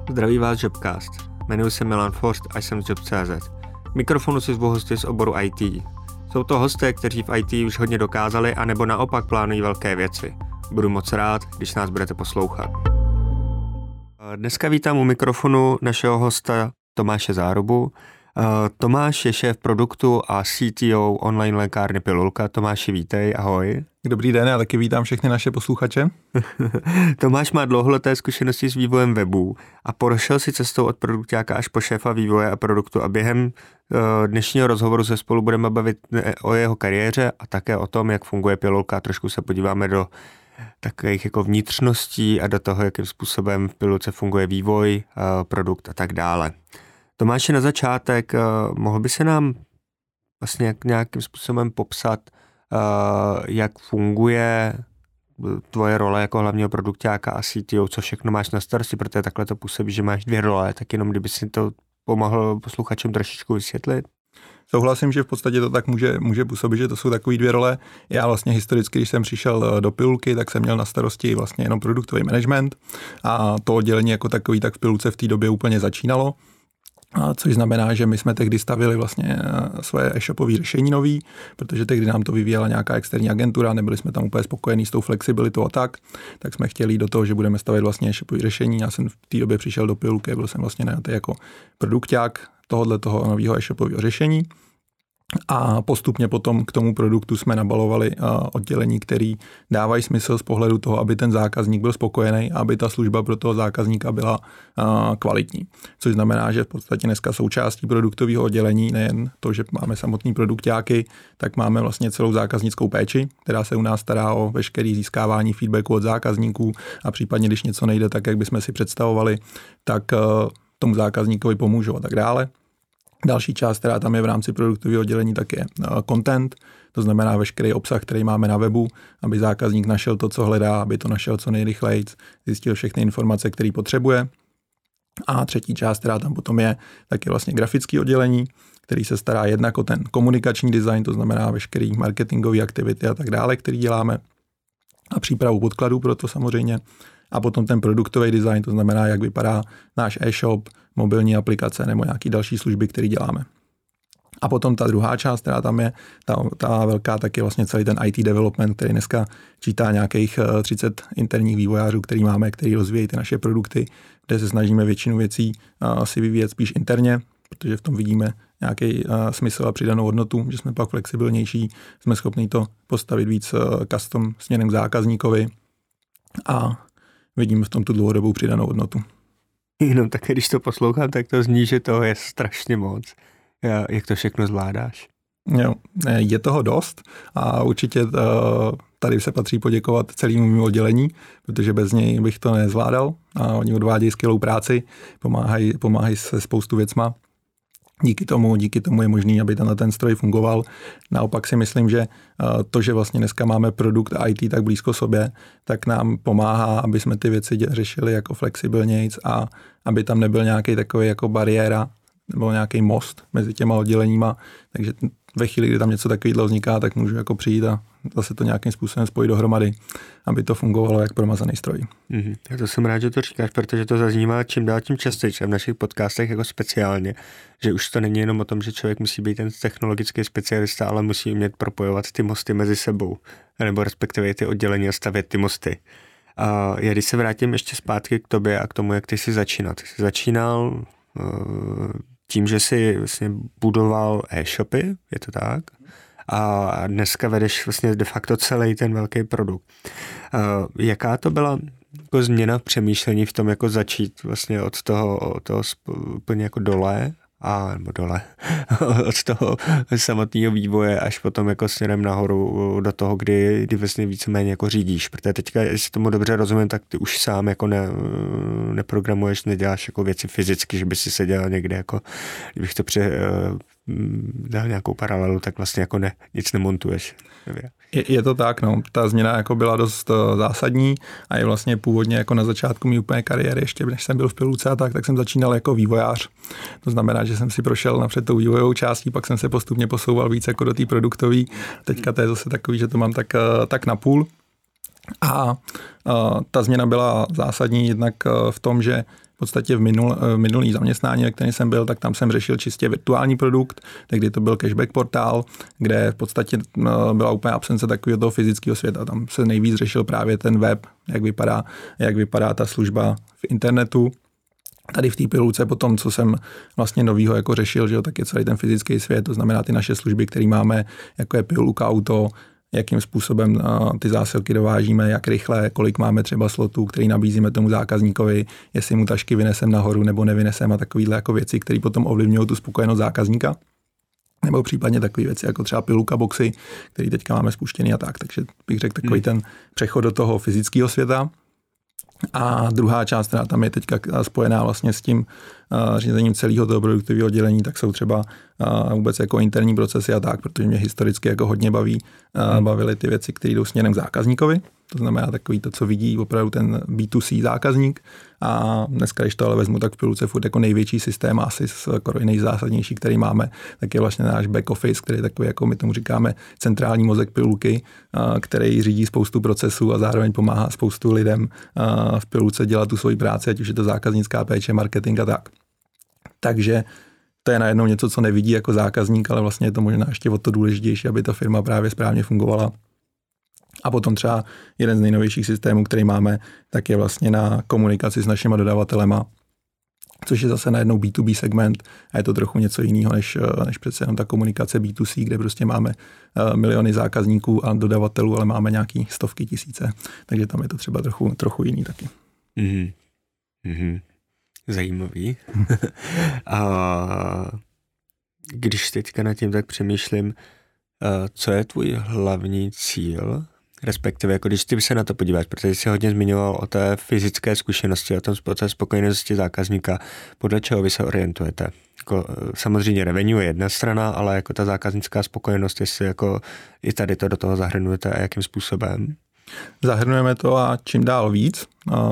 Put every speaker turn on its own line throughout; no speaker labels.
Zdraví vás Jobcast. Jmenuji se Milan Forst a jsem z Job.cz. Mikrofonu si zvu hosty z oboru IT. Jsou to hosté, kteří v IT už hodně dokázali, anebo naopak plánují velké věci. Budu moc rád, když nás budete poslouchat. Dneska vítám u mikrofonu našeho hosta Tomáše Zárubu. Tomáš je šéf produktu a CTO online lékárny Pilulka. Tomáši, vítej, ahoj.
Dobrý den, já taky vítám všechny naše posluchače.
Tomáš má dlouholeté zkušenosti s vývojem webů a prošel si cestou od produktáka až po šéfa vývoje a produktu a během dnešního rozhovoru se spolu budeme bavit o jeho kariéře a také o tom, jak funguje Pilulka. Trošku se podíváme do takových jako vnitřností a do toho, jakým způsobem v Pilulce funguje vývoj, produkt a tak dále. Tomáši, na začátek, mohl by se nám vlastně nějakým způsobem popsat, jak funguje tvoje role jako hlavního produktáka a CTO, co všechno máš na starosti, protože takhle to působí, že máš dvě role, tak jenom kdyby si to pomohl posluchačům trošičku vysvětlit.
Souhlasím, že v podstatě to tak může působit, že to jsou takové dvě role. Já vlastně historicky, když jsem přišel do Pilulky, tak jsem měl na starosti vlastně jenom produktový management a to oddělení jako takový tak v Pilulce v té době úplně začínalo. Což znamená, že my jsme tehdy stavili vlastně svoje e-shopové řešení nový, protože tehdy nám to vyvíjela nějaká externí agentura, nebyli jsme tam úplně spokojení s tou flexibilitou a tak jsme chtěli jít do toho, že budeme stavět vlastně e-shopové řešení. Já jsem v té době přišel do Pilulky, byl jsem vlastně najatý jako produkták toho nového e-shopového řešení. A postupně potom k tomu produktu jsme nabalovali oddělení, který dávají smysl z pohledu toho, aby ten zákazník byl spokojený a aby ta služba pro toho zákazníka byla kvalitní. Což znamená, že v podstatě dneska součástí produktového oddělení nejen to, že máme samotný produktáky, tak máme vlastně celou zákaznickou péči, která se u nás stará o veškeré získávání feedbacku od zákazníků a případně, když něco nejde tak, jak bychom si představovali, tak tomu zákazníkovi pomůžou a tak dále. Další část, která tam je v rámci produktového oddělení, tak je content, to znamená veškerý obsah, který máme na webu, aby zákazník našel to, co hledá, aby to našel co nejrychleji, zjistil všechny informace, které potřebuje. A třetí část, která tam potom je, tak je vlastně grafické oddělení, který se stará jednak o ten komunikační design, to znamená veškerý marketingové aktivity a tak dále, který děláme a přípravu podkladů pro to samozřejmě. A potom ten produktový design, to znamená, jak vypadá náš e-shop, mobilní aplikace nebo nějaké další služby, které děláme. A potom ta druhá část, která tam je, ta velká, tak je vlastně celý ten IT development, který dneska čítá nějakých 30 interních vývojářů, který máme, který rozvíjejí ty naše produkty, kde se snažíme většinu věcí si vyvíjet spíš interně, protože v tom vidíme nějaký smysl a přidanou hodnotu, že jsme pak flexibilnější, jsme schopni to postavit víc custom směrem k zákazníkovi a vidím v tom tu dlouhodobou přidanou hodnotu.
Jenom tak, když to poslouchám, tak to zní, že toho je strašně moc. Jak to všechno zvládáš?
Jo, je toho dost a určitě tady se patří poděkovat celému mému oddělení, protože bez něj bych to nezvládal a oni odvádějí skvělou práci, pomáhají se spoustu věcma. Díky tomu je možný, aby ten stroj fungoval. Naopak si myslím, že to, že vlastně dneska máme produkt IT tak blízko sobě, tak nám pomáhá, aby jsme ty věci řešili jako flexibilnějc a aby tam nebyl nějaký takový jako bariéra nebo nějaký most mezi těma odděleníma. Takže ve chvíli, kdy tam něco takového vzniká, tak můžu jako přijít a zase to nějakým způsobem spojit dohromady, aby to fungovalo jak promazaný stroj.
Já to jsem rád, že to říkáš, protože to zaznívá čím dál tím častěji v našich podcastech jako speciálně, že už to není jenom o tom, že člověk musí být ten technologický specialista, ale musí umět propojovat ty mosty mezi sebou, nebo respektive ty oddělení a stavět ty mosty. A já když se vrátím ještě zpátky k tobě a k tomu, jak ty jsi začínal. Ty jsi začínal tím, že jsi vlastně budoval e-shopy, je to tak? A dneska vedeš vlastně de facto celý ten velký produkt. Jaká to byla jako změna v přemýšlení v tom, jako začít vlastně od toho úplně jako dole, od toho samotného vývoje až potom jako směrem nahoru do toho, kdy vlastně víceméně jako řídíš. Protože teďka, jestli tomu dobře rozumím, tak ty už sám jako neprogramuješ, neděláš jako věci fyzicky, že by si seděl někde jako, kdybych to dal nějakou paralelu, tak vlastně jako nic nemontuješ.
Je to tak, no. Ta změna jako byla dost zásadní a je vlastně původně jako na začátku mý úplně kariéry, ještě než jsem byl v Pilulce a tak jsem začínal jako vývojář. To znamená, že jsem si prošel napřed tou vývojovou částí, pak jsem se postupně posouval víc jako do té produktové. Teďka to je zase takový, že to mám tak na půl. A ta změna byla zásadní jednak v tom, že podstatě v minulý zaměstnání, ve kterém jsem byl, tak tam jsem řešil čistě virtuální produkt, kdy to byl cashback portál, kde v podstatě byla úplně absence takového toho fyzického světa. Tam se nejvíc řešil právě ten web, jak vypadá ta služba v internetu. Tady v té pilulce potom, co jsem vlastně novýho jako řešil, že jo, tak je celý ten fyzický svět, to znamená ty naše služby, které máme, jako je pilulka auto, jakým způsobem ty zásilky dovážíme, jak rychle, kolik máme třeba slotů, který nabízíme tomu zákazníkovi, jestli mu tašky vynesem nahoru nebo nevynesem a takovýhle jako věci, které potom ovlivňují tu spokojenost zákazníka. Nebo případně takové věci, jako třeba pilulka boxy, který teďka máme spuštěný a tak. Takže bych řekl takový ten přechod do toho fyzického světa. A druhá část, která tam je teďka spojená vlastně s tím řízením celého toho produktového oddělení, tak jsou třeba vůbec jako interní procesy a tak, protože mě historicky jako hodně bavily ty věci, které jdou směrem k zákazníkovi. To znamená takový to, co vidí opravdu ten B2C zákazník. A dneska, když to ale vezmu, tak v pilulce furt jako největší systém, asi skoro i nejzásadnější, který máme, tak je vlastně náš back office, který je takový, jako my tomu říkáme, centrální mozek pilulky, který řídí spoustu procesů a zároveň pomáhá spoustu lidem v pilulce dělat tu svoji práci, ať už je to zákaznická péče, marketing a tak. Takže to je najednou něco, co nevidí jako zákazník, ale vlastně je to možná ještě o to důležitější, aby ta firma právě správně fungovala. A potom třeba jeden z nejnovějších systémů, který máme, tak je vlastně na komunikaci s našimi dodavatelema, což je zase najednou B2B segment a je to trochu něco jiného, než přece jenom ta komunikace B2C, kde prostě máme miliony zákazníků a dodavatelů, ale máme nějaký stovky tisíce, takže tam je to třeba trochu jiný taky.
Zajímavý. A když teďka nad tím tak přemýšlím, co je tvůj hlavní cíl, respektive jako když ty se na to podíváš, protože jsi hodně zmiňoval o té fyzické zkušenosti, o tom spokojenosti zákazníka, podle čeho vy se orientujete. Jako, samozřejmě revenue je jedna strana, ale jako ta zákaznická spokojenost, jestli jako i tady to do toho zahrnujete a jakým způsobem?
Zahrnujeme to a čím dál víc.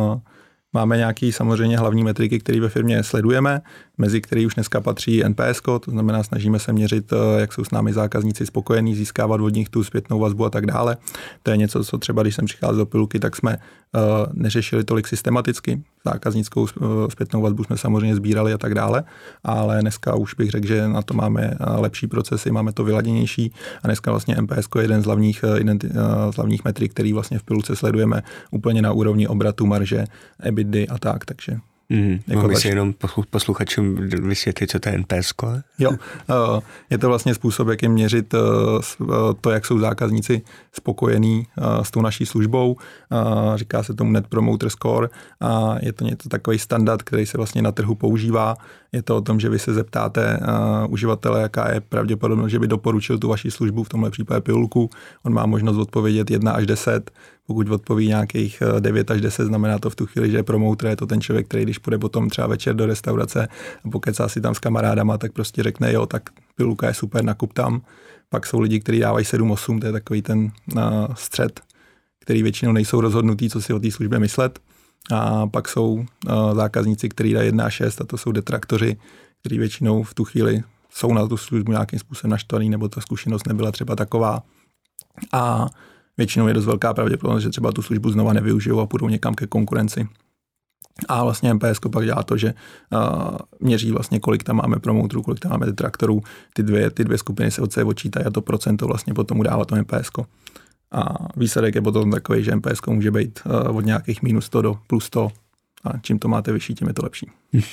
Máme nějaké samozřejmě hlavní metriky, které ve firmě sledujeme, mezi které už dneska patří NPS, to znamená, snažíme se měřit, jak jsou s námi zákazníci spokojení, získávat od nich tu zpětnou vazbu a tak dále. To je něco, co třeba, když jsem přicházel do pilulky, tak jsme neřešili tolik systematicky. Zákaznickou zpětnou vazbu jsme samozřejmě sbírali a tak dále, ale dneska už bych řekl, že na to máme lepší procesy, máme to vyladěnější a dneska vlastně NPS je jeden z hlavních metrik, který vlastně v pilulce sledujeme úplně na úrovni obratu, marže, EBITDA a tak, takže
Mohl si jenom posluchačům vysvětlit, co to je NPS?
Jo, je to vlastně způsob, jak jim měřit to, jak jsou zákazníci spokojení s tou naší službou. Říká se tomu Net Promoter Score a je to něco takový standard, který se vlastně na trhu používá. Je to o tom, že vy se zeptáte uživatele, jaká je pravděpodobnost, že by doporučil tu vaši službu, v tomhle případě pilulku. On má možnost odpovědět 1 až 10. Pokud odpoví nějakých 9 až 10, znamená to v tu chvíli, že je promotor, je to ten člověk, který když půjde potom třeba večer do restaurace a pokecá si tam s kamarádama, tak prostě řekne, jo, tak pilulka je super, nakup tam. Pak jsou lidi, kteří dávají 7-8, to je takový ten střed, který většinou nejsou rozhodnutí, co si o té službě myslet. A pak jsou zákazníci, kteří dají 1 až 6 a to jsou detraktoři, kteří většinou v tu chvíli jsou na tu službu nějakým způsobem naštvaný, nebo ta zkušenost nebyla třeba taková. A většinou je dost velká pravděpodobnost, že třeba tu službu znova nevyužijou a půjdou někam ke konkurenci. A vlastně MPS pak dělá to, že měří vlastně, kolik tam máme promotorů, kolik tam máme detraktorů. Ty dvě skupiny se od sebe odčítají a to procento vlastně potom udává to MPS. A výsledek je potom takový, že MPS může být od nějakých -100 do +100 a čím to máte vyšší, tím je to lepší.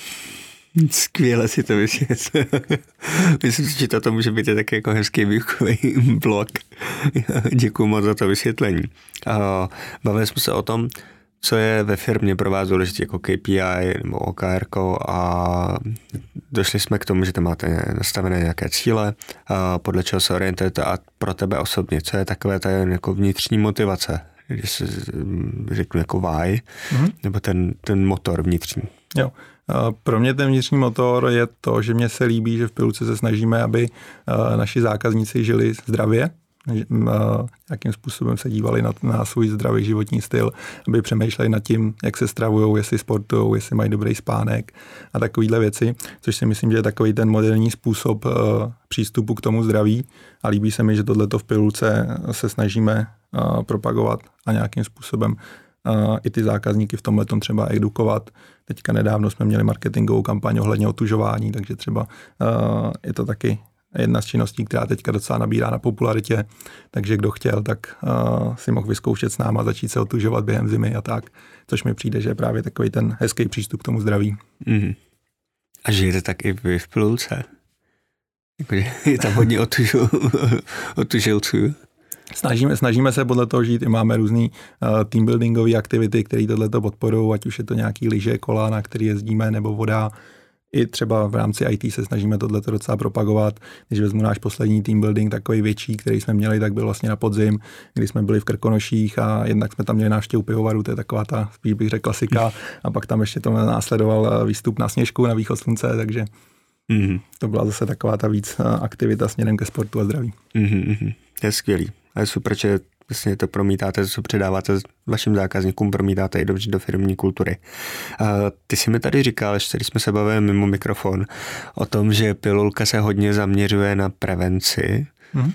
Skvěle si to vysvětlil. Myslím si, že toto může být taky jako hezký výukový blok. Děkuju moc za to vysvětlení. Bavili jsme se o tom, co je ve firmě pro vás důležité jako KPI nebo OKR a došli jsme k tomu, že tam máte nastavené nějaké cíle, podle čeho se orientujete a pro tebe osobně, co je takové ta jako vnitřní motivace, když se řeknu jako why, nebo ten motor vnitřní.
Jo. Pro mě ten vnitřní motor je to, že mně se líbí, že v pilulce se snažíme, aby naši zákazníci žili zdravě, jakým způsobem se dívali na svůj zdravý životní styl, aby přemýšleli nad tím, jak se stravujou, jestli sportujou, jestli mají dobrý spánek a takovýhle věci, což si myslím, že je takový ten moderní způsob přístupu k tomu zdraví a líbí se mi, že tohleto v pilulce se snažíme propagovat a nějakým způsobem i ty zákazníky v tomhletom třeba edukovat. Teďka nedávno jsme měli marketingovou kampaň ohledně otužování, takže třeba je to taky jedna z činností, která teďka docela nabírá na popularitě, takže kdo chtěl, tak si mohl vyzkoušet s náma, začít se otužovat během zimy a tak, což mi přijde, že je právě takový ten hezký přístup k tomu zdraví.
Mm. A žijete tak i vy v Pilulce? Jakože je tam hodně otužilců.
Snažíme se podle toho žít, i máme různý teambuildingové aktivity, které tohleto podporují, ať už je to nějaký lyže, kola, na který jezdíme, nebo voda. I třeba v rámci IT se snažíme tohleto docela propagovat. Když vezmu náš poslední teambuilding, takový větší, který jsme měli, tak byl vlastně na podzim, kdy jsme byli v Krkonoších a jednak jsme tam měli návštěvu pivovaru, to je taková ta, spíš bych řekl, klasika. A pak tam ještě to následoval výstup na Sněžku, na východ slunce, takže to byla zase taková ta víc aktivita směrem ke sportu a zdraví.
Je skvělý. A je super, že vlastně to promítáte, co předáváte vašim zákazníkům, promítáte i dobře do firmní kultury. Ty jsi mi tady říkal, že tady jsme se bavili mimo mikrofon, o tom, že Pilulka se hodně zaměřuje na prevenci.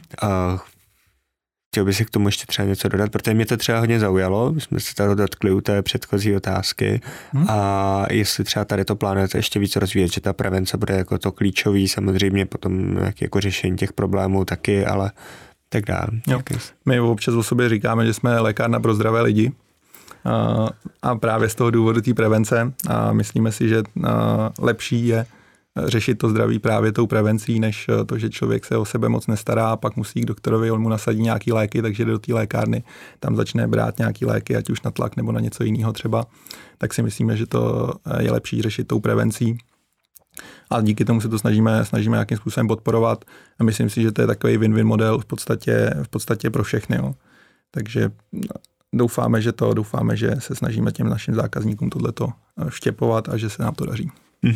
Chtěl by si k tomu ještě třeba něco dodat, protože mě to třeba hodně zaujalo, my jsme se tady dotkli u té předchozí otázky a jestli třeba tady to plánujete ještě víc rozvíjet, že ta prevence bude jako to klíčový, samozřejmě potom jako řešení těch problémů taky, ale tak dále.
My občas o sobě říkáme, že jsme lékárna pro zdravé lidi a právě z toho důvodu té prevence a myslíme si, že lepší je řešit to zdraví právě tou prevencí, než to, že člověk se o sebe moc nestará a pak musí k doktorovi, on mu nasadí nějaký léky, takže jde do té lékárny, tam začne brát nějaký léky, ať už na tlak nebo na něco jiného třeba, tak si myslíme, že to je lepší řešit tou prevencí. A díky tomu se to snažíme nějakým způsobem podporovat a myslím si, že to je takový win-win model v podstatě pro všechny. Jo. Takže doufáme, že se snažíme těm našim zákazníkům tohleto vštěpovat a že se nám to daří.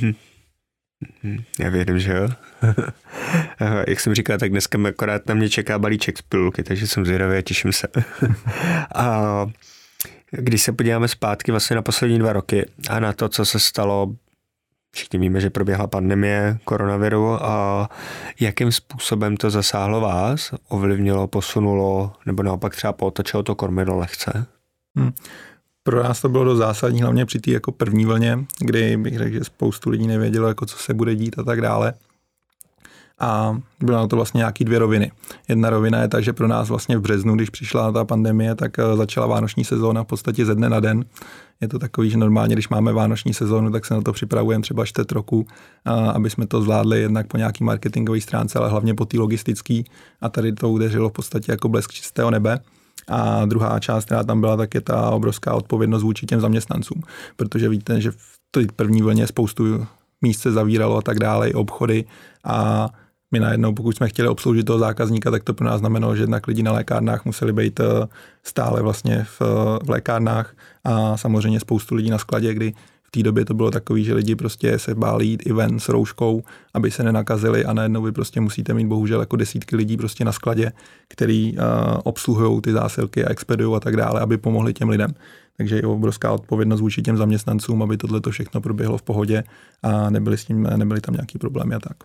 Já věřím, že jo. Jak jsem říkal, tak dneska akorát na mě čeká balíček z Pilulky, takže jsem zvědavý a těším se. A když se podíváme zpátky vlastně na poslední 2 roky a na to, co se stalo, všichni víme, že proběhla pandemie koronaviru a jakým způsobem to zasáhlo vás, ovlivnilo, posunulo nebo naopak třeba pootočilo to kormidlo lehce?
Pro nás to bylo dost zásadní, hlavně při té jako první vlně, kdy bych řekl, že spoustu lidí nevědělo, jako co se bude dít a tak dále. A bylo na to vlastně nějaký 2 roviny. Jedna rovina je ta, že pro nás vlastně v březnu, když přišla ta pandemie, tak začala vánoční sezóna v podstatě ze dne na den. Je to takový, že normálně, když máme vánoční sezónu, tak se na to připravujeme třeba 4 roku, aby jsme to zvládli jednak po nějaký marketingové stránce, ale hlavně po té logistické. A tady to udeřilo v podstatě jako blesk čistého nebe. A druhá část, která tam byla, tak je ta obrovská odpovědnost vůči těm zaměstnancům, protože víte, že v té první vlně spoustu míst se zavíralo a tak dále, i obchody a my najednou, pokud jsme chtěli obsloužit toho zákazníka, tak to pro nás znamenalo, že jednak lidi na lékárnách museli být stále vlastně v lékárnách a samozřejmě spoustu lidí na skladě, kdy v té době to bylo takový, že lidi prostě se báli jít i ven s rouškou, aby se nenakazili a najednou vy prostě musíte mít bohužel jako desítky lidí prostě na skladě, který obsluhují ty zásilky a expediují a tak dále, aby pomohli těm lidem. Takže je obrovská odpovědnost vůči těm zaměstnancům, aby tohle všechno proběhlo v pohodě a nebyly tam nějaký problémy a tak.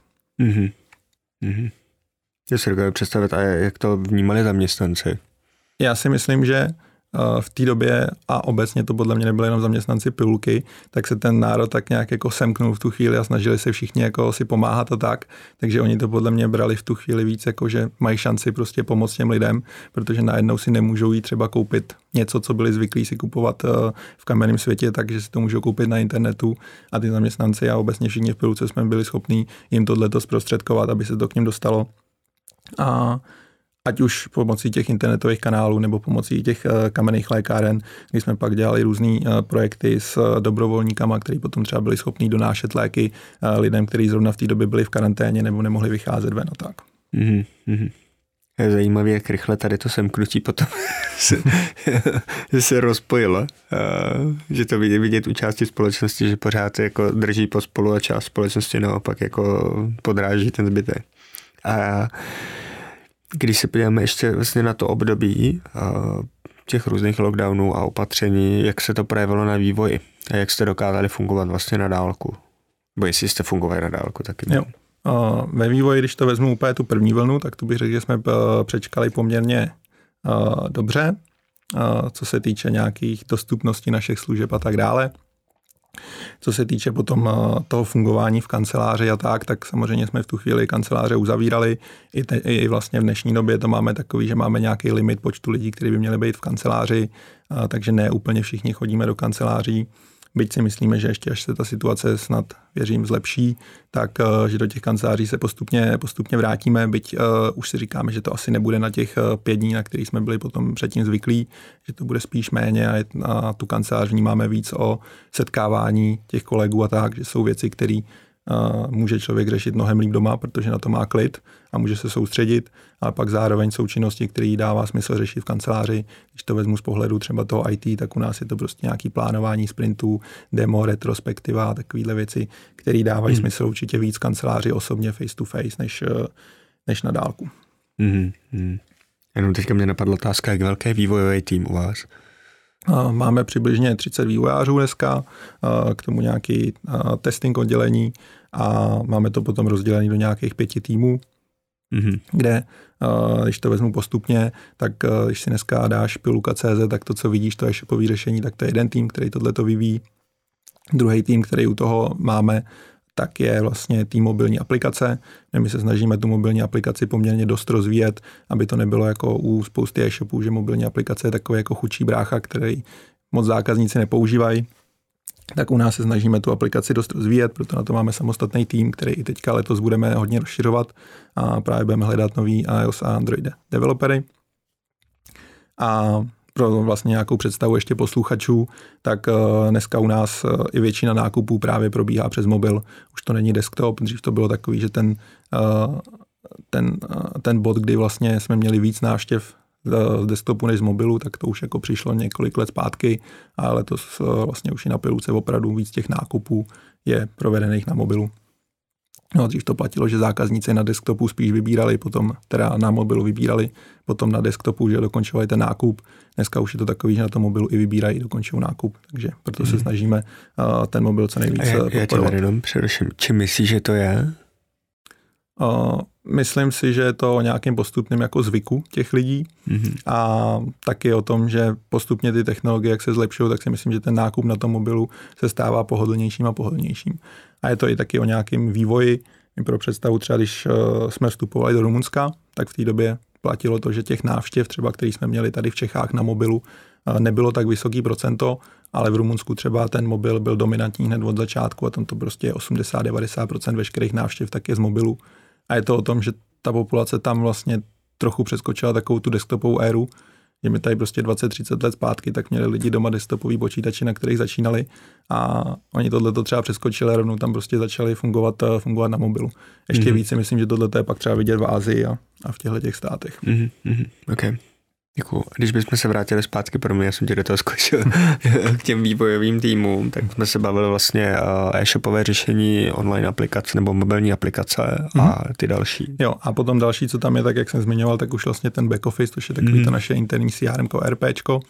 Já si dokážu představit, a jak to vnímali zaměstnanci?
Já si myslím, že v té době, a obecně to podle mě nebyli jenom zaměstnanci Pilulky, tak se ten národ tak nějak jako semknul v tu chvíli a snažili se všichni jako si pomáhat a tak, takže oni to podle mě brali v tu chvíli víc, jako že mají šanci prostě pomoct těm lidem, protože najednou si nemůžou jít třeba koupit něco, co byli zvyklí si kupovat v kamenném světě, takže si to můžou koupit na internetu a ty zaměstnanci a obecně všichni v Pilulce jsme byli schopní jim tohleto zprostředkovat, aby se to k ním dostalo. A ať už pomocí těch internetových kanálů nebo pomocí těch kamenných lékáren, kdy jsme pak dělali různý projekty s dobrovolníkama, kteří potom třeba byli schopní donášet léky lidem, kteří zrovna v té době byli v karanténě nebo nemohli vycházet ven a tak.
Je zajímavé, jak rychle tady to semknutí potom se rozpojilo. Že to vidět u části společnosti, že pořád jako drží pospolu a část společnosti naopak jako podráží ten zbytek. A když se podíváme ještě vlastně na to období těch různých lockdownů a opatření, jak se to projevilo na vývoji a jak jste dokázali fungovat vlastně na dálku? Bo jestli jste fungovali na dálku taky.
Jo. Ve vývoji, když to vezmu úplně tu první vlnu, tak tu bych řekl, že jsme přečkali poměrně dobře, co se týče nějakých dostupností našich služeb a tak dále. Co se týče potom toho fungování v kanceláři a tak samozřejmě jsme v tu chvíli kanceláře uzavírali. I vlastně v dnešní době to máme takový, že máme nějaký limit počtu lidí, kteří by měli být v kanceláři, takže ne úplně všichni chodíme do kanceláří. Byť si myslíme, že ještě až se ta situace snad, věřím, zlepší, tak že do těch kanceláří se postupně vrátíme, byť už si říkáme, že to asi nebude na těch 5 dní, na kterých jsme byli potom předtím zvyklí, že to bude spíš méně a tu kancelář vnímáme víc o setkávání těch kolegů a tak, že jsou věci, které může člověk řešit mnohem líp doma, protože na to má klid a může se soustředit, ale pak zároveň jsou činnosti, které dává smysl řešit v kanceláři. Když to vezmu z pohledu třeba toho IT, tak u nás je to prostě nějaký plánování sprintů, demo, retrospektiva, takovéhle věci, které dávají smysl určitě víc kanceláři osobně face to face, než na dálku.
Jenom teďka mě napadla otázka, jak velký je vývojový tým u vás?
Máme přibližně 30 vývojářů dneska, k tomu nějaký testing oddělení a máme to potom rozdělené do nějakých 5 týmů, kde, když to vezmu postupně, tak když si dneska dáš Pilulka.cz, tak to, co vidíš, to je e-shopový řešení, tak to je jeden tým, který tohleto vyvíjí. Druhý tým, který u toho máme, tak je vlastně tým mobilní aplikace. My se snažíme tu mobilní aplikaci poměrně dost rozvíjet, aby to nebylo jako u spousty e-shopů, že mobilní aplikace je takový jako chudší brácha, který moc zákazníci nepoužívají. Tak u nás se snažíme tu aplikaci dost rozvíjet, proto na to máme samostatný tým, který i teďka letos budeme hodně rozšiřovat a právě budeme hledat nový iOS a Android developery. A pro vlastně nějakou představu ještě posluchačů, tak dneska u nás i většina nákupů právě probíhá přes mobil. Už to není desktop, dřív to bylo takový, že ten bod, kdy vlastně jsme měli víc návštěv z desktopu než z mobilu, tak to už jako přišlo několik let zpátky, ale to vlastně už i na Pilulce opravdu víc těch nákupů je provedených na mobilu. No, dřív to platilo, že zákazníci na desktopu spíš vybírali, potom teda na mobilu vybírali, potom na desktopu, že dokončovali ten nákup. Dneska už je to takový, že na tom mobilu i vybírají, i dokončují nákup, takže proto se snažíme ten mobil co nejvíc podporovat.
Já tě tady jenom přeruším. Čím myslíš, že to je?
Myslím si, že je to o nějakým postupným jako zvyku těch lidí a taky o tom, že postupně ty technologie, jak se zlepšují, tak si myslím, že ten nákup na tom mobilu se stává pohodlnějším a pohodlnějším. A je to i taky o nějakém vývoji. Pro představu třeba, když jsme vstupovali do Rumunska, tak v té době platilo to, že těch návštěv, třeba který jsme měli tady v Čechách na mobilu, nebylo tak vysoký procento, ale v Rumunsku třeba ten mobil byl dominantní hned od začátku a tam to prostě je 80-90% veškerých návštěv tak je z mobilu. A je to o tom, že ta populace tam vlastně trochu přeskočila takovou tu desktopovou éru, že my tady prostě 20-30 let zpátky tak měli lidi doma desktopový počítače, na kterých začínali a oni tohleto třeba přeskočili a rovnou tam prostě začali fungovat na mobilu. Ještě více myslím, že tohleto je pak třeba vidět v Asii a v těchto těch státech.
Okay. Děkuju. Když bychom se vrátili zpátky, pro mě, já jsem tě do toho skočil k těm vývojovým týmům, tak jsme se bavili vlastně e-shopové řešení, online aplikace nebo mobilní aplikace a ty další.
Jo, a potom další, co tam je, tak jak jsem zmiňoval, tak už vlastně ten back office, to je takový to naše interní CRM, RPčko.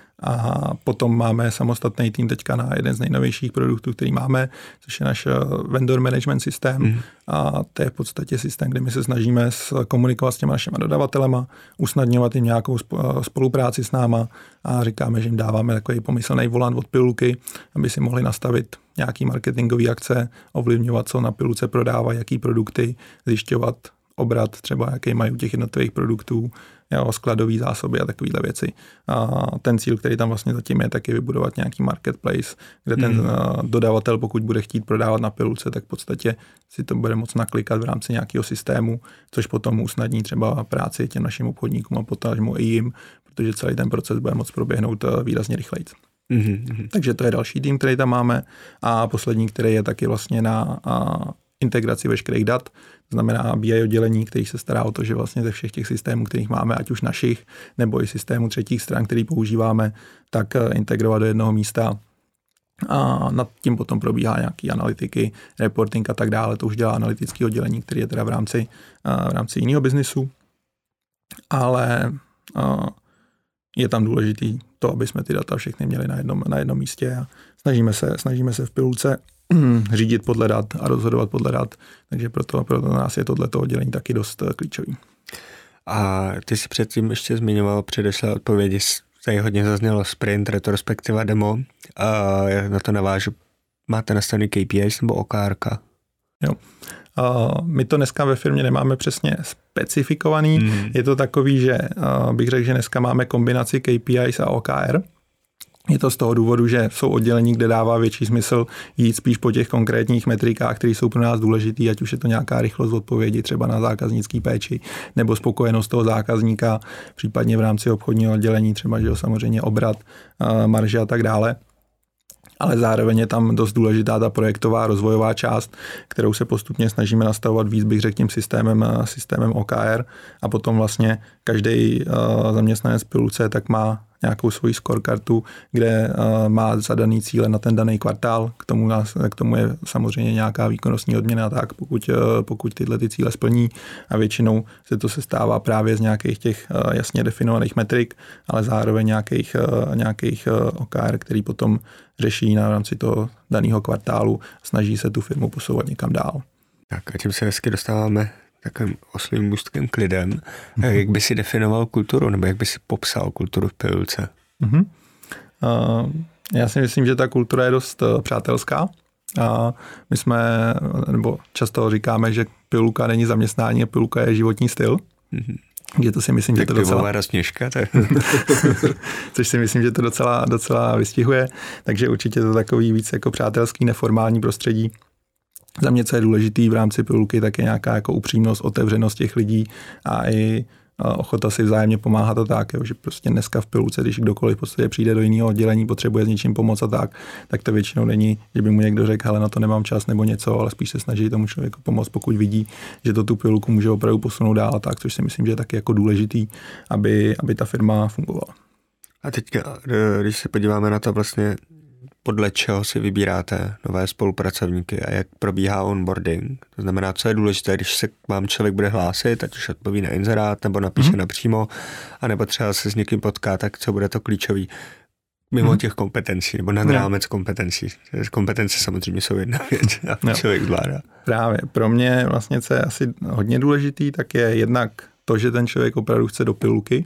A potom máme samostatný tým teďka na jeden z nejnovějších produktů, který máme, což je náš vendor management systém. A to je v podstatě systém, kde my se snažíme komunikovat s těma našimi dodavatelema, usnadňovat jim nějakou spolupráci s náma a říkáme, že jim dáváme takový pomyslný volant od Pilulky, aby si mohli nastavit nějaký marketingový akce, ovlivňovat, co na Pilulce prodávají, jaký produkty, zjišťovat obrat třeba, jaký mají u těch jednotlivých produktů, skladové zásoby a takovéhle věci. A ten cíl, který tam vlastně zatím je, tak je vybudovat nějaký marketplace, kde ten dodavatel, pokud bude chtít prodávat na Pilulce, tak v podstatě si to bude moct naklikat v rámci nějakého systému, což potom usnadní třeba práci těm našim obchodníkům a potažmo i jim, protože celý ten proces bude moct proběhnout výrazně rychleji. Takže to je další tým, který tam máme a poslední, který je taky vlastně na integraci veškerých dat, to znamená BI oddělení, který se stará o to, že vlastně ze všech těch systémů, kterých máme, ať už našich, nebo i systémů třetích stran, který používáme, tak integrovat do jednoho místa. A nad tím potom probíhá nějaký analytiky, reporting a tak dále. To už dělá analytické oddělení, který je teda v rámci jiného biznisu. Ale je tam důležitý to, aby jsme ty data všechny měli na jednom místě a snažíme se v Pilulce řídit podle dat a rozhodovat podle dat, takže proto nás je tohleto oddělení taky dost klíčový.
A ty si předtím ještě zmiňoval předešlé odpovědi, tady hodně zaznělo sprint, retrospektiva, demo, a já na to navážu. máte nastavený KPIs nebo OKR-ka?
Jo. My to dneska ve firmě nemáme přesně specifikovaný. Je to takový, že bych řekl, že dneska máme kombinaci KPIs a OKR. Je to z toho důvodu, že jsou oddělení, kde dává větší smysl jít spíš po těch konkrétních metrikách, které jsou pro nás důležitý, ať už je to nějaká rychlost odpovědi třeba na zákaznický péči, nebo spokojenost toho zákazníka, případně v rámci obchodního oddělení třeba, že jo, samozřejmě obrat, marže a tak dále. Ale zároveň je tam dost důležitá ta projektová rozvojová část, kterou se postupně snažíme nastavovat víc, bych řekl, tím systémem OKR, a potom vlastně každý zaměstnanec Pilulce tak má nějakou svoji scorekartu, kde má zadaný cíle na ten daný kvartál. K tomu je samozřejmě nějaká výkonnostní odměna, tak pokud tyhle ty cíle splní, a většinou se to sestává právě z nějakých těch jasně definovaných metrik, ale zároveň nějakých OKR, který potom řeší na rámci toho daného kvartálu, snaží se tu firmu posouvat někam dál.
Tak a tím se hezky dostáváme takovým oslým můstkem k lidem. Jak by si definoval kulturu, nebo jak by si popsal kulturu v Pilulce?
Já si myslím, že ta kultura je dost přátelská. A my nebo často říkáme, že Pilulka není zaměstnání a Pilulka je životní styl. Že to si myslím, že to docela...
Rozměška,
což si myslím, že to docela vystihuje. Takže určitě to takový víc jako přátelský, neformální prostředí. Za mě, co je důležitý v rámci Pilulky, tak je nějaká jako upřímnost, otevřenost těch lidí a i ochota si vzájemně pomáhat a tak, jo, že prostě dneska v Pilulce, když kdokoliv v podstatě přijde do jiného oddělení, potřebuje s něčím pomoct a tak to většinou není, že by mu někdo řekl, hele, na to nemám čas nebo něco, ale spíš se snaží tomu člověku pomoct, pokud vidí, že to tu Pilulku může opravdu posunout dál a tak, což si myslím, že je taky jako důležitý, aby ta firma fungovala.
A teďka, když se podíváme na to vlastně, podle čeho si vybíráte nové spolupracovníky a jak probíhá onboarding. To znamená, co je důležité, když se k vám člověk bude hlásit, ať už odpoví na inzerát, nebo napíše napřímo, anebo třeba se s někým potká, tak co bude to klíčový mimo těch kompetencí, nebo nad rámec kompetencí. Kompetence samozřejmě jsou jedna věc a člověk zvládá.
Právě. Pro mě vlastně, co je asi hodně důležitý, tak je jednak to, že ten člověk opravdu chce do Pilulky.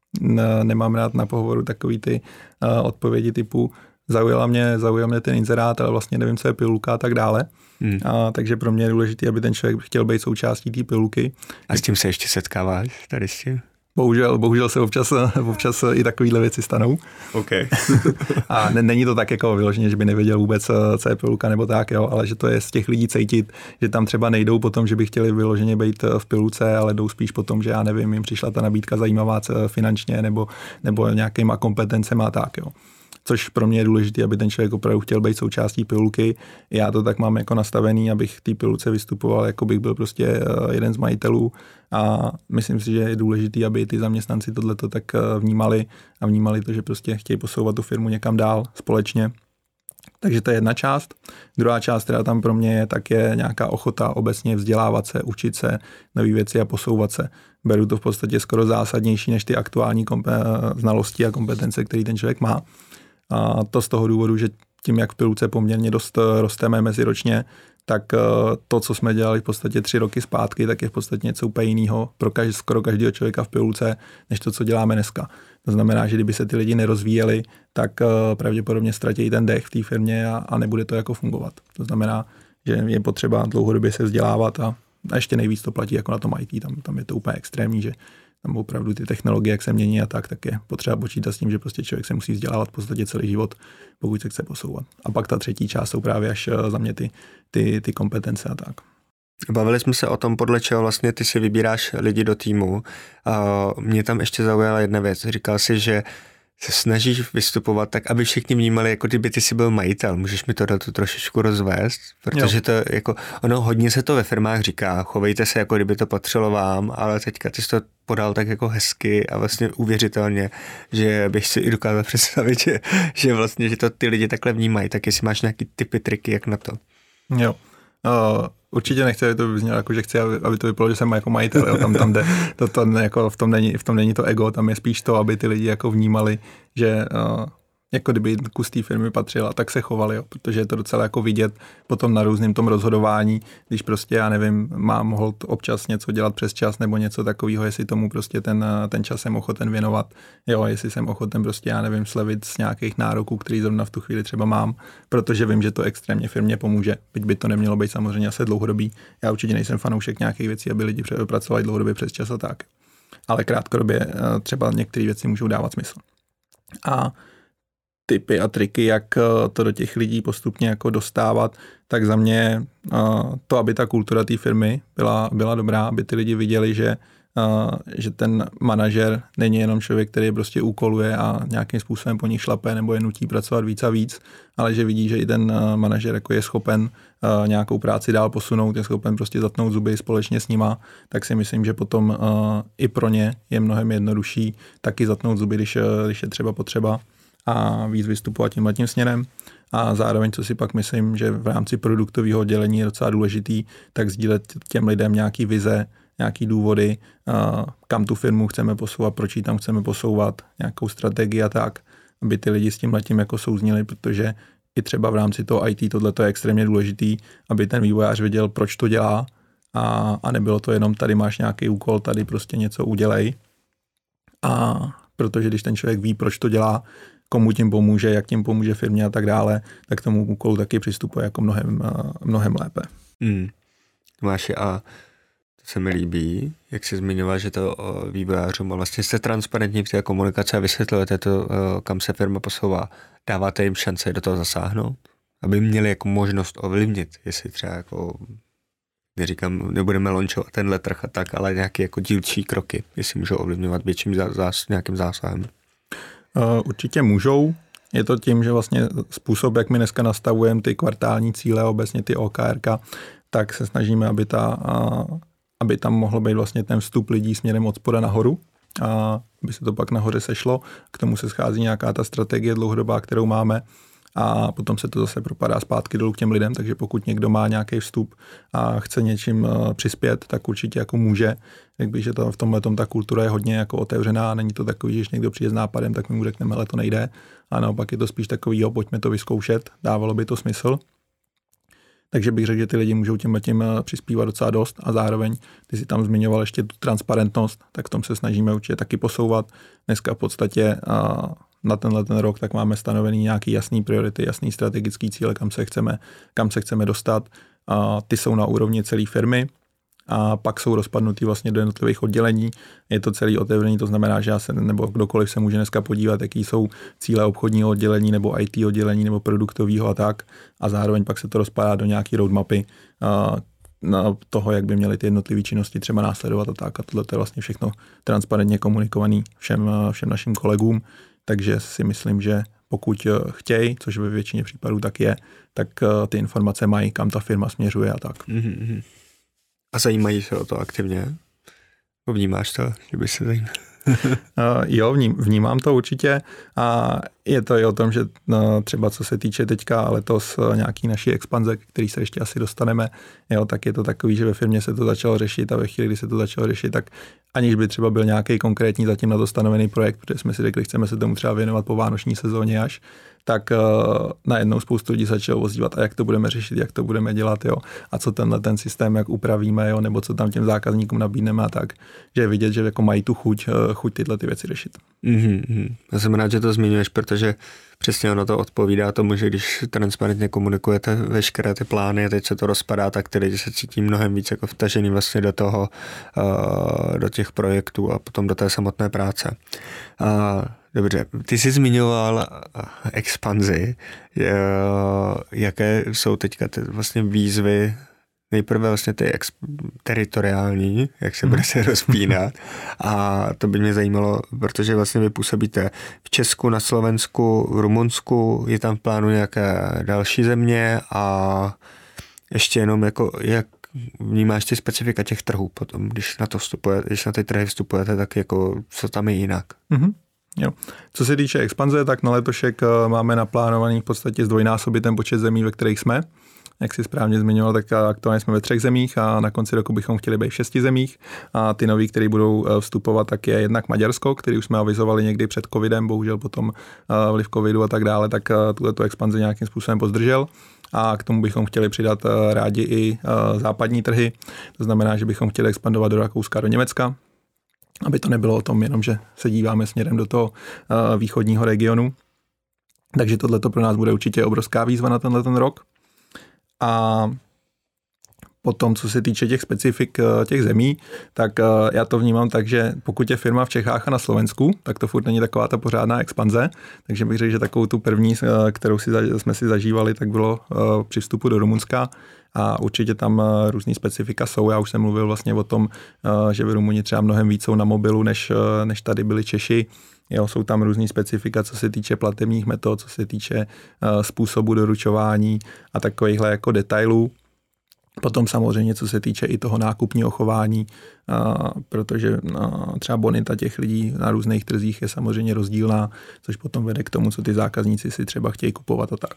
Nemám rád na pohovoru takový ty odpovědi typu zaujal mě ten inzerát, ale vlastně nevím, co je Pilulka a tak dále. Takže pro mě je důležité, aby ten člověk chtěl být součástí té Pilulky.
A s tím se ještě setkáváš tady s tím?
Bohužel se občas i takovýhle věci stanou.
Okay.
A není to tak jako vyloženě, že by nevěděl vůbec, co je Pilulka nebo tak, jo, ale že to je z těch lidí cítit, že tam třeba nejdou potom, že by chtěli vyloženě být v Pilulce, ale jdou spíš potom, že já nevím, jim přišla ta nabídka zajímavá finančně nebo nějakýma kompetencema a tak, jo. Což pro mě je důležité, aby ten člověk opravdu chtěl být součástí Pilulky. Já to tak mám jako nastavený, abych v té Pilulce vystupoval, jako bych byl prostě jeden z majitelů, a myslím si, že je důležité, aby ty zaměstnanci tohleto tak vnímali a vnímali to, že prostě chtějí posouvat tu firmu někam dál společně. Takže to je jedna část. Druhá část, která tam pro mě je, tak je nějaká ochota obecně vzdělávat se, učit se nové věci a posouvat se. Beru to v podstatě skoro zásadnější než ty aktuální znalosti a kompetence, které ten člověk má. A to z toho důvodu, že tím, jak v Pilulce poměrně dost rosteme meziročně, tak to, co jsme dělali v podstatě 3 roky zpátky, tak je v podstatě něco úplně jiného pro skoro každého člověka v Pilulce, než to, co děláme dneska. To znamená, že kdyby se ty lidi nerozvíjeli, tak pravděpodobně ztratí ten dech v té firmě a nebude to jako fungovat. To znamená, že je potřeba dlouhodobě se vzdělávat a ještě nejvíc to platí jako na tom IT. Tam je to úplně extrémní, že tam opravdu ty technologie, jak se mění a tak je potřeba počítat s tím, že prostě člověk se musí vzdělávat v podstatě celý život, pokud se chce posouvat. A pak ta třetí část jsou právě až za mě ty kompetence a tak.
Bavili jsme se o tom, podle čeho vlastně ty si vybíráš lidi do týmu. Mě tam ještě zaujala jedna věc. Říkal jsi, že se snažíš vystupovat tak, aby všichni vnímali, jako kdyby ty jsi byl majitel. Můžeš mi to trošičku rozvést? Protože to jako, hodně se to ve firmách říká, chovejte se, jako kdyby to patřilo vám, ale teďka ty jsi to podal tak jako hezky a vlastně uvěřitelně, že bych si i dokázal představit, že vlastně, že to ty lidi takhle vnímají. Tak jestli máš nějaký tipy, triky, jak na to?
Jo. Určitě nechci, aby to vyznělo jako, že chci, aby to vypadalo, že jsem jako majitel. Jo. Tam jde, jako v tom není to ego, tam je spíš to, aby ty lidi jako vnímali, že jako kdyby kus té firmy patřila, tak se chovali, jo, protože je to docela jako vidět potom na různém tom rozhodování, když prostě, já nevím, mám hold občas něco dělat přes čas nebo něco takového, jestli tomu prostě ten čas jsem ochoten věnovat, jo, jestli jsem ochoten prostě, já nevím, slevit z nějakých nároků, který zrovna v tu chvíli třeba mám, protože vím, že to extrémně firmě pomůže, byť by to nemělo být samozřejmě asi dlouhodobý. Já určitě nejsem fanoušek nějakých věcí, aby lidi pracovali dlouhodobě přes čas a tak. Ale krátkodobě třeba některé věci můžou dávat smysl. A tipy a triky, jak to do těch lidí postupně jako dostávat, tak za mě to, aby ta kultura té firmy byla dobrá, aby ty lidi viděli, že ten manažer není jenom člověk, který je prostě úkoluje a nějakým způsobem po nich šlape nebo je nutí pracovat víc a víc, ale že vidí, že i ten manažer jako je schopen nějakou práci dál posunout, je schopen prostě zatnout zuby společně s nima, tak si myslím, že potom i pro ně je mnohem jednodušší taky zatnout zuby, když je třeba potřeba a víc vystupovat tímhletím směrem. A zároveň, co si pak myslím, že v rámci produktového oddělení je docela důležitý, tak sdílet těm lidem nějaký vize, nějaký důvody, kam tu firmu chceme posouvat, proč ji tam chceme posouvat, nějakou strategii a tak, aby ty lidi s tímhletím jako souznili, protože i třeba v rámci toho IT tohle je extrémně důležitý, aby ten vývojář věděl, proč to dělá a nebylo to jenom tady máš nějaký úkol, tady prostě něco udělej. A protože když ten člověk ví, proč to dělá, komu tím pomůže, jak tím pomůže firmě a tak dále, tak tomu úkolu taky přistupuje jako mnohem lépe.
Máši, a to se mi líbí, jak jsi zmiňoval, že to vývojářům a vlastně jste transparentní v té komunikaci a vysvětlujete to, kam se firma posouvá. Dáváte jim šance do toho zasáhnout, aby měli jako možnost ovlivnit, jestli třeba jako, neříkám, nebudeme launchovat tenhle trh a tak, ale nějaké jako dílčí kroky, jestli můžou ovlivňovat větším nějakým zásahem.
Určitě můžou. Je to tím, že vlastně způsob, jak my dneska nastavujeme ty kvartální cíle a obecně ty OKR, tak se snažíme, aby tam mohlo být vlastně ten vstup lidí směrem od spoda nahoru, a aby se to pak nahoře sešlo. K tomu se schází nějaká ta strategie dlouhodobá, kterou máme, a potom se to zase propadá zpátky dolů k těm lidem, takže pokud někdo má nějaký vstup a chce něčím přispět, tak určitě jako může. Řekl bych, že v tomhletom ta kultura je hodně jako otevřená, není to takový, že když někdo přijde s nápadem, tak my mu řekneme, ale to nejde. A naopak je to spíš takový, jo, pojďme to vyzkoušet, dávalo by to smysl. Takže bych řekl, že ty lidi můžou tímhletím přispívat docela dost a zároveň, ty si tam zmiňoval ještě tu transparentnost, tak v tom se snažíme určitě taky posouvat. Dneska v podstatě na ten rok tak máme stanovený nějaký jasný priority, jasný strategický cíle, kam se chceme dostat. Ty jsou na úrovni celé firmy a pak jsou rozpadnutý vlastně do jednotlivých oddělení. Je to celý otevřený, to znamená, že nebo kdokoliv se může dneska podívat, jaký jsou cíle obchodního oddělení nebo IT oddělení nebo produktového a tak. A zároveň pak se to rozpadá do nějaký roadmapy na toho, jak by měly ty jednotlivé činnosti třeba následovat a tak. A tohle je vlastně všechno transparentně komunikovaný všem našim kolegům. Takže si myslím, že pokud chtějí, což ve většině případů tak je, tak ty informace mají, kam ta firma směřuje a tak.
Mm-hmm. A zajímají se o to aktivně? Vnímáš to, že by se zajímal?
Jo, vnímám to určitě a je to i o tom, že třeba co se týče teďka letos nějaký naší expanze, který se ještě asi dostaneme, jo, tak je to takový, že ve firmě se to začalo řešit a ve chvíli, kdy se to začalo řešit, tak aniž by třeba byl nějaký konkrétní zatím na to stanovený projekt, protože jsme si řekli, chceme se tomu třeba věnovat po vánoční sezóně až, tak najednou spoustu lidí začalo ozývat, a jak to budeme řešit, jak to budeme dělat, jo, a co ten systém, jak upravíme, jo, nebo co tam těm zákazníkům nabídneme a tak, že je vidět, že jako mají tu chuť tyhle ty věci řešit.
Mm-hmm. Já jsem rád, že to zmiňuješ, protože přesně ono to odpovídá tomu, že když transparentně komunikujete veškeré ty plány a teď se to rozpadá, tak ty lidi se cítí mnohem víc jako vtažený vlastně do toho, do těch projektů a potom do té samotné práce. Dobře, ty jsi zmiňoval expanzi. Jaké jsou teďka vlastně výzvy, nejprve vlastně ty teritoriální, jak se bude se rozpínat, a to by mě zajímalo, protože vlastně vy působíte v Česku, na Slovensku, v Rumunsku, je tam v plánu nějaké další země a ještě jenom jako, jak vnímáš ty specifika těch trhů potom, když na ty trhy vstupujete, tak jako co tam je jinak?
Mm-hmm. Jo. Co se týče expanze, tak na letošek máme naplánovaný v podstatě zdvojnásobit ten počet zemí, ve kterých jsme. jak si správně zmiňoval, tak aktuálně jsme ve 3 zemích a na konci roku bychom chtěli být v 6 zemích. A ty nový, který budou vstupovat, tak je jednak Maďarsko, který už jsme avizovali někdy před covidem, bohužel potom vliv covidu a tak dále, tak tuto expanzi nějakým způsobem pozdržel. A k tomu bychom chtěli přidat rádi i západní trhy. To znamená, že bychom chtěli expandovat do Rakouska, do Německa, aby to nebylo o tom jenom, že se díváme směrem do toho východního regionu. Takže tohleto pro nás bude určitě obrovská výzva na tenhle rok. A potom, co se týče těch specifik těch zemí, tak já to vnímám tak, že pokud je firma v Čechách a na Slovensku, tak to furt není taková ta pořádná expanze. Takže bych řekl, že takovou tu první, kterou jsme si zažívali, tak bylo při vstupu do Rumunska. A určitě tam různý specifika jsou. Já už jsem mluvil vlastně o tom, že v Rumuni třeba mnohem víc jsou na mobilu, než tady byli Češi. Jo, jsou tam různý specifika, co se týče platebních metod, co se týče způsobu doručování a takovýchhle jako detailů. Potom samozřejmě, co se týče i toho nákupního chování, protože třeba bonita těch lidí na různých trzích je samozřejmě rozdílná, což potom vede k tomu, co ty zákazníci si třeba chtějí kupovat a tak.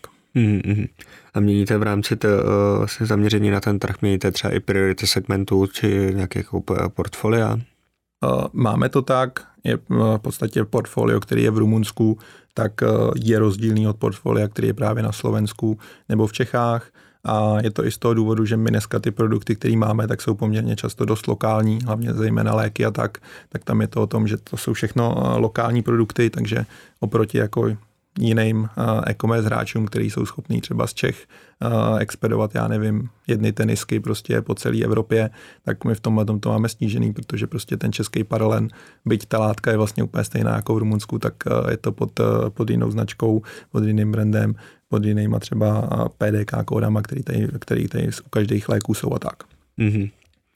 A měníte v rámci zaměření na ten trh, měníte třeba i priority segmentů či nějaké portfolia?
Máme to tak, je v podstatě portfolio, který je v Rumunsku, tak je rozdílný od portfolia, který je právě na Slovensku nebo v Čechách. A je to i z toho důvodu, že my dneska ty produkty, které máme, tak jsou poměrně často dost lokální, hlavně zejména léky a tak tam je to o tom, že to jsou všechno lokální produkty, takže oproti jako jiným e-commerce hráčům, který jsou schopní třeba z Čech expedovat, já nevím, jedny tenisky prostě po celé Evropě, tak my v tomhle to máme snížený, protože prostě ten český paralen, byť ta látka je vlastně úplně stejná jako v Rumunsku, tak je to pod jinou značkou, pod jiným brandem, pod jinýma třeba PDK kódama, který tady u každých léků jsou a tak.
Mm-hmm.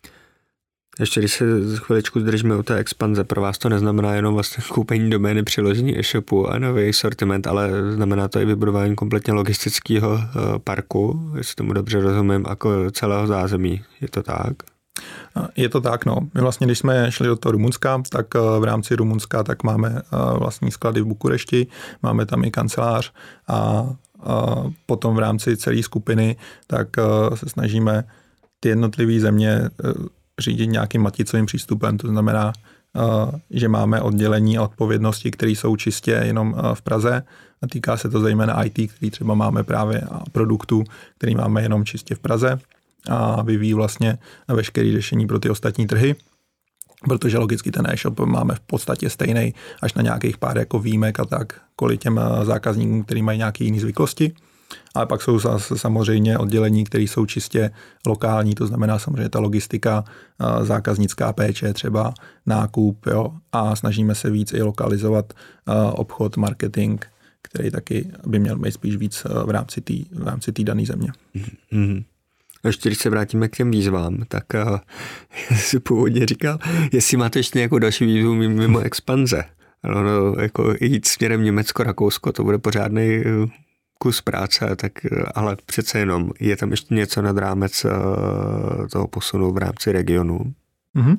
Ještě když se chviličku zdržíme u té expanze, pro vás to neznamená jenom vlastně koupení domény, přiložení e-shopu a nový sortiment, ale znamená to i vybudování kompletně logistického parku, jestli tomu dobře rozumím, jako celého zázemí. Je to tak?
Je to tak, no. My vlastně, když jsme šli do toho Rumunska, tak v rámci Rumunska tak máme vlastní sklady v Bukurešti, máme tam i kancelář a potom v rámci celé skupiny tak se snažíme ty jednotlivé země řídit nějakým maticovým přístupem, to znamená, že máme oddělení a odpovědnosti, které jsou čistě jenom v Praze a týká se to zejména IT, který třeba máme právě a produktů, který máme jenom čistě v Praze a vyvíjí vlastně veškeré řešení pro ty ostatní trhy, protože logicky ten e-shop máme v podstatě stejný až na nějakých pár jako výjimek a tak kvůli těm zákazníkům, kteří mají nějaké jiné zvyklosti. Ale pak jsou samozřejmě oddělení, které jsou čistě lokální, to znamená samozřejmě ta logistika, zákaznická péče, třeba nákup, jo, a snažíme se víc i lokalizovat obchod, marketing, který taky by měl být spíš víc v rámci té dané země.
Mm-hmm. Ještě když se vrátíme k těm výzvám, tak si původně říkal, jestli máte ještě nějakou další výzvu mimo expanze. No, jako jít směrem Německo, Rakousko, to bude pořádný kus práce, tak, ale přece jenom je tam ještě něco nad rámec toho posunu v rámci regionu.
Mm-hmm.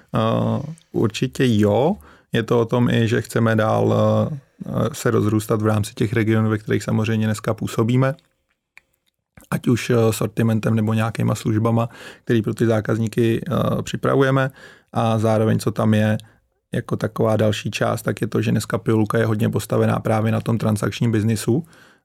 Určitě jo. Je to o tom i, že chceme dál se rozrůstat v rámci těch regionů, ve kterých samozřejmě dneska působíme. Ať už sortimentem nebo nějakýma službama, který pro ty zákazníky připravujeme. A zároveň, co tam je jako taková další část, tak je to, že dneska Pilulka je hodně postavená právě na tom transakčním biznisu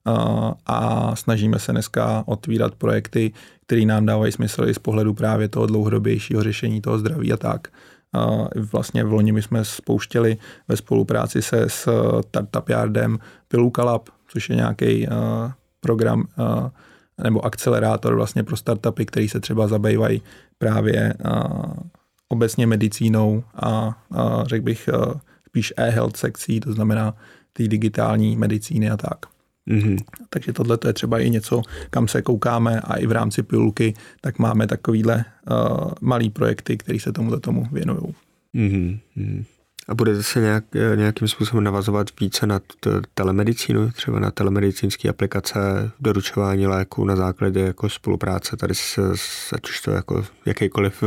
a snažíme se dneska otvírat projekty, které nám dávají smysl i z pohledu právě toho dlouhodobějšího řešení toho zdraví a tak. Vlastně v loni my jsme spouštěli ve spolupráci se Startup Yardem Pilulka Lab, což je nějaký program nebo akcelerátor vlastně pro startupy, který se třeba zabývají právě obecně medicínou a řekl bych spíš e-health sekcí, to znamená ty digitální medicíny a tak. Mm-hmm. Takže tohle je třeba i něco, kam se koukáme a i v rámci Pilulky, tak máme takovýhle malý projekty, které se tomu věnují.
Mm-hmm. A budete se nějakým způsobem navazovat více na telemedicínu, třeba na telemedicínské aplikace, doručování léků na základě jako spolupráce, tady se, ať už to jako jakýkoliv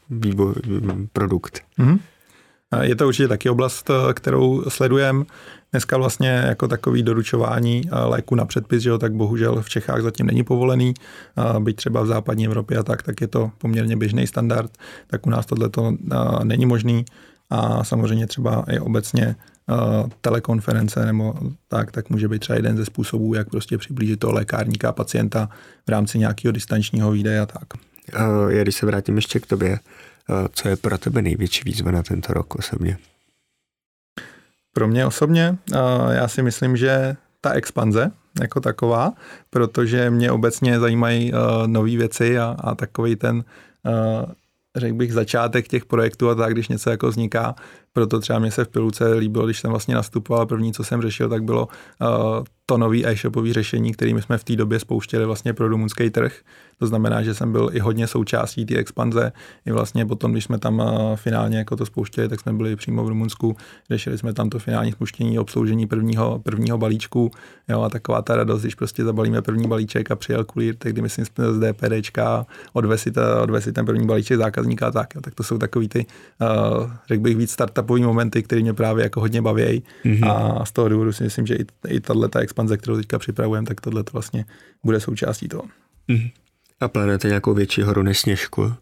produkt.
Mm-hmm. Je to určitě taky oblast, kterou sledujeme. Dneska vlastně jako takový doručování léku na předpis, že jo, tak bohužel v Čechách zatím není povolený, byť třeba v západní Evropě a tak je to poměrně běžný standard, tak u nás tohleto není možný a samozřejmě třeba i obecně telekonference nebo tak může být třeba jeden ze způsobů, jak prostě přiblížit toho lékárníka a pacienta v rámci nějakého distančního výdeje a tak.
Já když se vrátím ještě k tobě, co je pro tebe největší výzva na tento rok osobně?
Pro mě osobně, já si myslím, že ta expanze jako taková, protože mě obecně zajímají nové věci a takový ten, řekl bych, začátek těch projektů a tak, když něco jako vzniká. Proto třeba mě se v Pilulce líbilo, když jsem vlastně nastupoval, první, co jsem řešil, tak bylo to nový e-shopový řešení, kterými jsme v té době spouštěli vlastně pro rumunský trh. To znamená, že jsem byl i hodně součástí té expanze. I vlastně potom, když jsme tam finálně jako to spouštěli, tak jsme byli přímo v Rumunsku, řešili jsme tam to finální spuštění, obsloužení prvního balíčku. Jo, a taková ta radost, když prostě zabalíme první balíček a přijel kurýr, tehdy myslím z DPDčka, odvezi ten první balíček zákazníka a tak. Jo. Tak to jsou takový ty, řekl bych, víc startupový momenty, které mě právě jako hodně baví. A z toho důvodu si myslím, že i tato expanze, kterou teďka připravujeme, tak tohle to vlastně bude součástí toho.
A plánujete nějakou větší horu než Sněžku?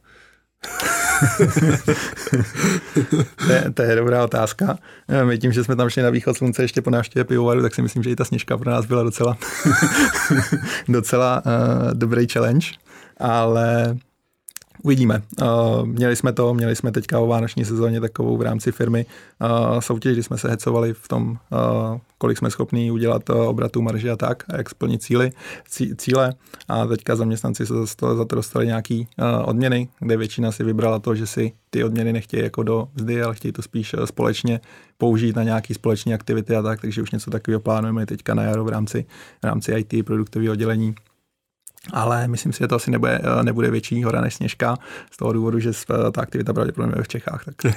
To je dobrá otázka. My tím, že jsme tam šli na východ slunce ještě po návštěvě pivovaru, tak si myslím, že i ta Sněžka pro nás byla docela dobrý challenge, ale uvidíme. Měli jsme teďka o vánoční sezóně takovou v rámci firmy soutěž, kdy jsme se hecovali v tom, kolik jsme schopní udělat obratu, marži a tak, a jak splnit cíle. A teďka zaměstnanci se za to dostali nějaký odměny, kde většina si vybrala to, že si ty odměny nechtějí jako do mzdy, ale chtějí to spíš společně použít na nějaké společné aktivity a tak, takže už něco takového plánujeme teďka na jaro v rámci IT produktového oddělení. Ale myslím si, že to asi nebude větší hora než Sněžka, z toho důvodu, že ta aktivita pravděpodobně je v Čechách. Tak.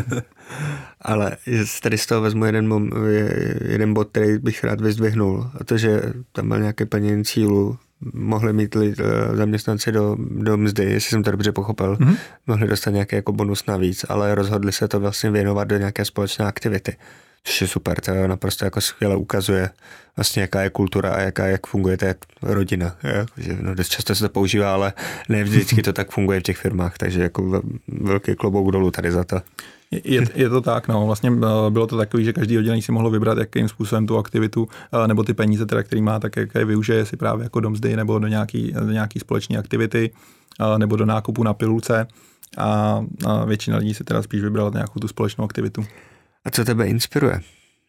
Ale tady z toho vezmu jeden bod, který bych rád vyzdvihnul, a to, že tam byl nějaké plnění cílu, mohli mít zaměstnanci do mzdy, jestli jsem to dobře pochopil, mohli dostat nějaký jako bonus navíc, ale rozhodli se to vlastně věnovat do nějaké společné aktivity. Což je super, to naprosto jako skvěle ukazuje vlastně, jaká je kultura a jak funguje ta rodina. Dost často se to používá, ale ne vždycky to tak funguje v těch firmách, takže jako velký klobouk dolů tady za to.
Je to tak, no. Vlastně bylo to takový, že každý oddělení si mohlo vybrat, jakým způsobem tu aktivitu nebo ty peníze, teda, který má, tak jak je využije, jestli právě jako do mzdy nebo do nějaký společné aktivity nebo do nákupu na Pilulce a většina lidí si teda spíš vybrala nějakou tu společnou aktivitu.
A co tebe inspiruje?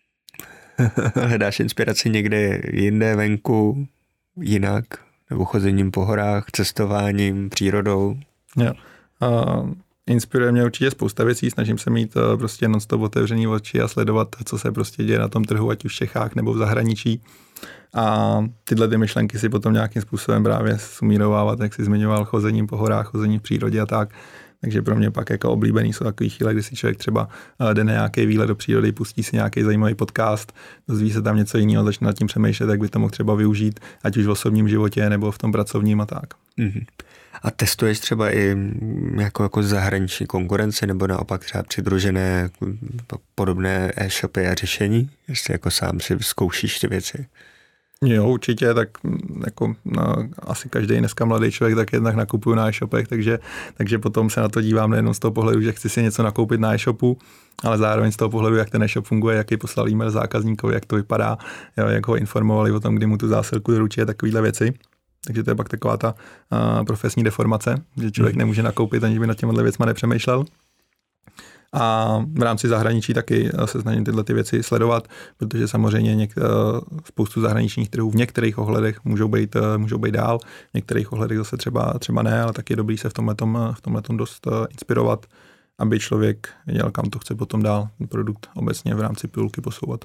Hledáš inspiraci někde jinde, venku, jinak? Nebo chozením po horách, cestováním, přírodou?
Jo. Inspiruje mě určitě spousta věcí, snažím se mít prostě non-stop otevřený oči a sledovat, co se prostě děje na tom trhu, ať už v Čechách nebo v zahraničí. A tyhle ty myšlenky si potom nějakým způsobem právě sumírovávat, jak jsi zmiňoval, chozením po horách, chozením v přírodě a tak. Takže pro mě pak jako oblíbený jsou takový chvíle, kdy si člověk třeba jde na nějaký výlet do přírody, pustí si nějaký zajímavý podcast, dozví se tam něco jiného, začne nad tím přemýšlet, jak by to mohl třeba využít, ať už v osobním životě nebo v tom pracovním a tak.
Mm-hmm. A testuješ třeba i jako zahraniční konkurenci nebo naopak třeba přidružené podobné e-shopy a řešení? Jestli jako sám si zkoušíš ty věci?
Jo, určitě, tak jako asi každý dneska mladý člověk tak jednak nakupuje na e-shopech, takže potom se na to dívám nejenom z toho pohledu, že chci si něco nakoupit na e-shopu, ale zároveň z toho pohledu, jak ten e-shop funguje, jaký poslal e-mail zákazníkovi, jak to vypadá, jo, jak ho informovali o tom, kdy mu tu zásilku doručí a takovýhle věci. Takže to je pak taková ta profesní deformace, že člověk nemůže nakoupit, aniž by nad těmhle věcma nepřemýšlel. A v rámci zahraničí taky se snažím tyhle ty věci sledovat, protože samozřejmě spoustu zahraničních trhů v některých ohledech můžou být dál, v některých ohledech zase třeba ne, ale taky je dobrý se v tomhletom dost inspirovat, aby člověk věděl, kam to chce potom dál produkt obecně v rámci Pilulky posouvat.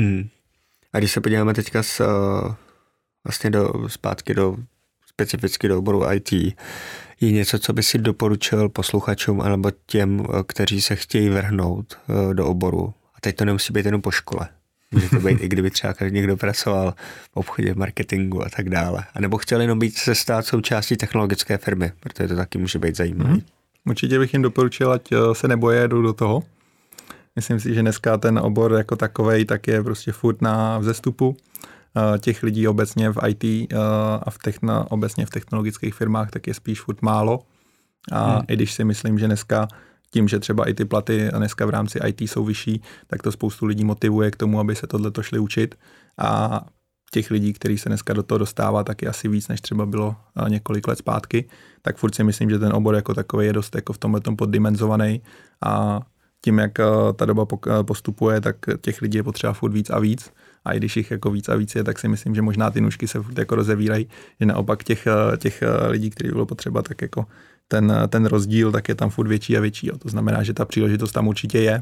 A když se podíváme teďka vlastně zpátky specificky do oboru IT, je něco, co by si doporučil posluchačům anebo těm, kteří se chtějí vrhnout do oboru. A teď to nemusí být jenom po škole. Může to být i kdyby třeba někdo pracoval v obchodě, v marketingu a tak dále. A nebo chtěl jenom se stát součástí technologické firmy, protože to taky může být zajímavé.
Určitě bych jim doporučil, ať se neboje, jdou do toho. Myslím si, že dneska ten obor jako takovej tak je prostě furt na vzestupu. Těch lidí obecně v IT a obecně v technologických firmách tak je spíš furt málo. A i když si myslím, že dneska tím, že třeba i ty platy dneska v rámci IT jsou vyšší, tak to spoustu lidí motivuje k tomu, aby se tohleto šli učit. A těch lidí, kteří se dneska do toho dostává, tak je asi víc, než třeba bylo několik let zpátky. Tak furt si myslím, že ten obor jako takový je dost jako v tomhletom poddimenzovaný a tím, jak ta doba postupuje, tak těch lidí je potřeba furt víc a víc. A i když jich jako víc a víc je, tak si myslím, že možná ty nůžky se furt jako rozevírají, že naopak těch lidí, kteří bylo potřeba, tak jako ten rozdíl, tak je tam furt větší a větší. To znamená, že ta příležitost tam určitě je.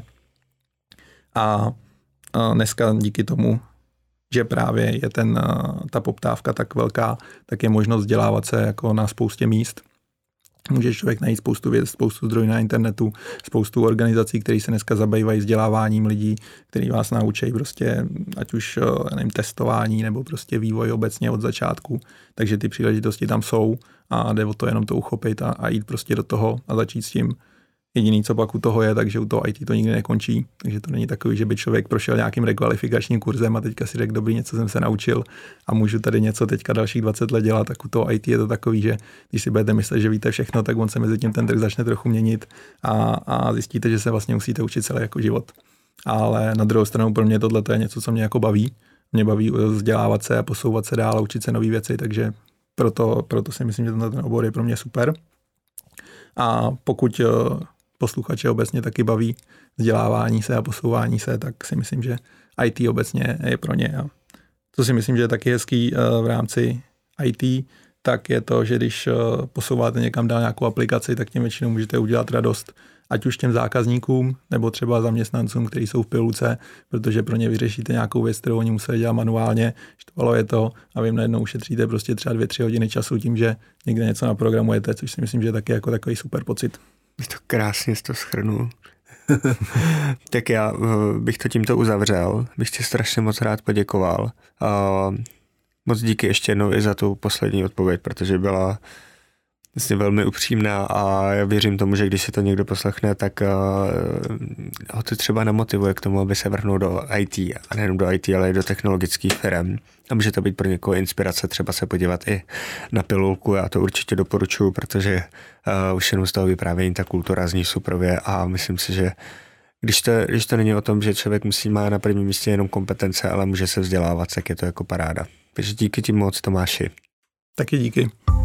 A dneska díky tomu, že právě je ta poptávka tak velká, tak je možnost vzdělávat se jako na spoustě míst. Může člověk najít spoustu věc, spoustu zdrojů na internetu, spoustu organizací, které se dneska zabývají vzděláváním lidí, který vás naučí prostě, ať už nevím, testování nebo prostě vývoj obecně od začátku. Takže ty příležitosti tam jsou a jde o to jenom to uchopit a jít prostě do toho a začít s tím. Jediný, co pak u toho je, takže u toho IT to nikdy nekončí. Takže to není takový, že by člověk prošel nějakým rekvalifikačním kurzem a teďka si řekl, dobrý, něco jsem se naučil a můžu tady něco teďka dalších 20 let dělat. Tak u toho IT je to takový, že když si budete myslet, že víte všechno, tak on se mezi tím ten trh začne trochu měnit a zjistíte, že se vlastně musíte učit celý jako život. Ale na druhou stranu pro mě tohle je něco, co mě jako baví. Mě baví vzdělávat se a posouvat se dál a učit se nové věci, takže proto si myslím, že ten obor je pro mě super. A pokud posluchače obecně taky baví vzdělávání se a posouvání se, tak si myslím, že IT obecně je pro ně. A co si myslím, že je taky hezký v rámci IT, tak je to, že když posouváte někam dál nějakou aplikaci, tak tím většinou můžete udělat radost ať už těm zákazníkům, nebo třeba zaměstnancům, kteří jsou v pilulce, protože pro ně vyřešíte nějakou věc, kterou oni museli dělat manuálně, štvalo je to a vy jim najednou ušetříte prostě třeba 2-3 hodiny času tím, že někde něco naprogramujete, což si myslím, že je taky jako takový super pocit.
Je to krásně to shrnul. Tak já bych to tímto uzavřel. Bych ti strašně moc rád poděkoval. Moc díky ještě jednou i za tu poslední odpověď, protože byla vlastně velmi upřímná a já věřím tomu, že když se to někdo poslechne, tak ho to třeba namotivuje k tomu, aby se vrhnul do IT a nejenom do IT, ale i do technologických firm. A může to být pro někoho inspirace třeba se podívat i na pilulku. Já to určitě doporučuji, protože už jenom z toho vyprávění ta kultura zní suprově a myslím si, že když to není o tom, že člověk má na prvním místě jenom kompetence, ale může se vzdělávat, tak je to jako paráda. Takže díky ti moc, Tomáši.
Taky díky.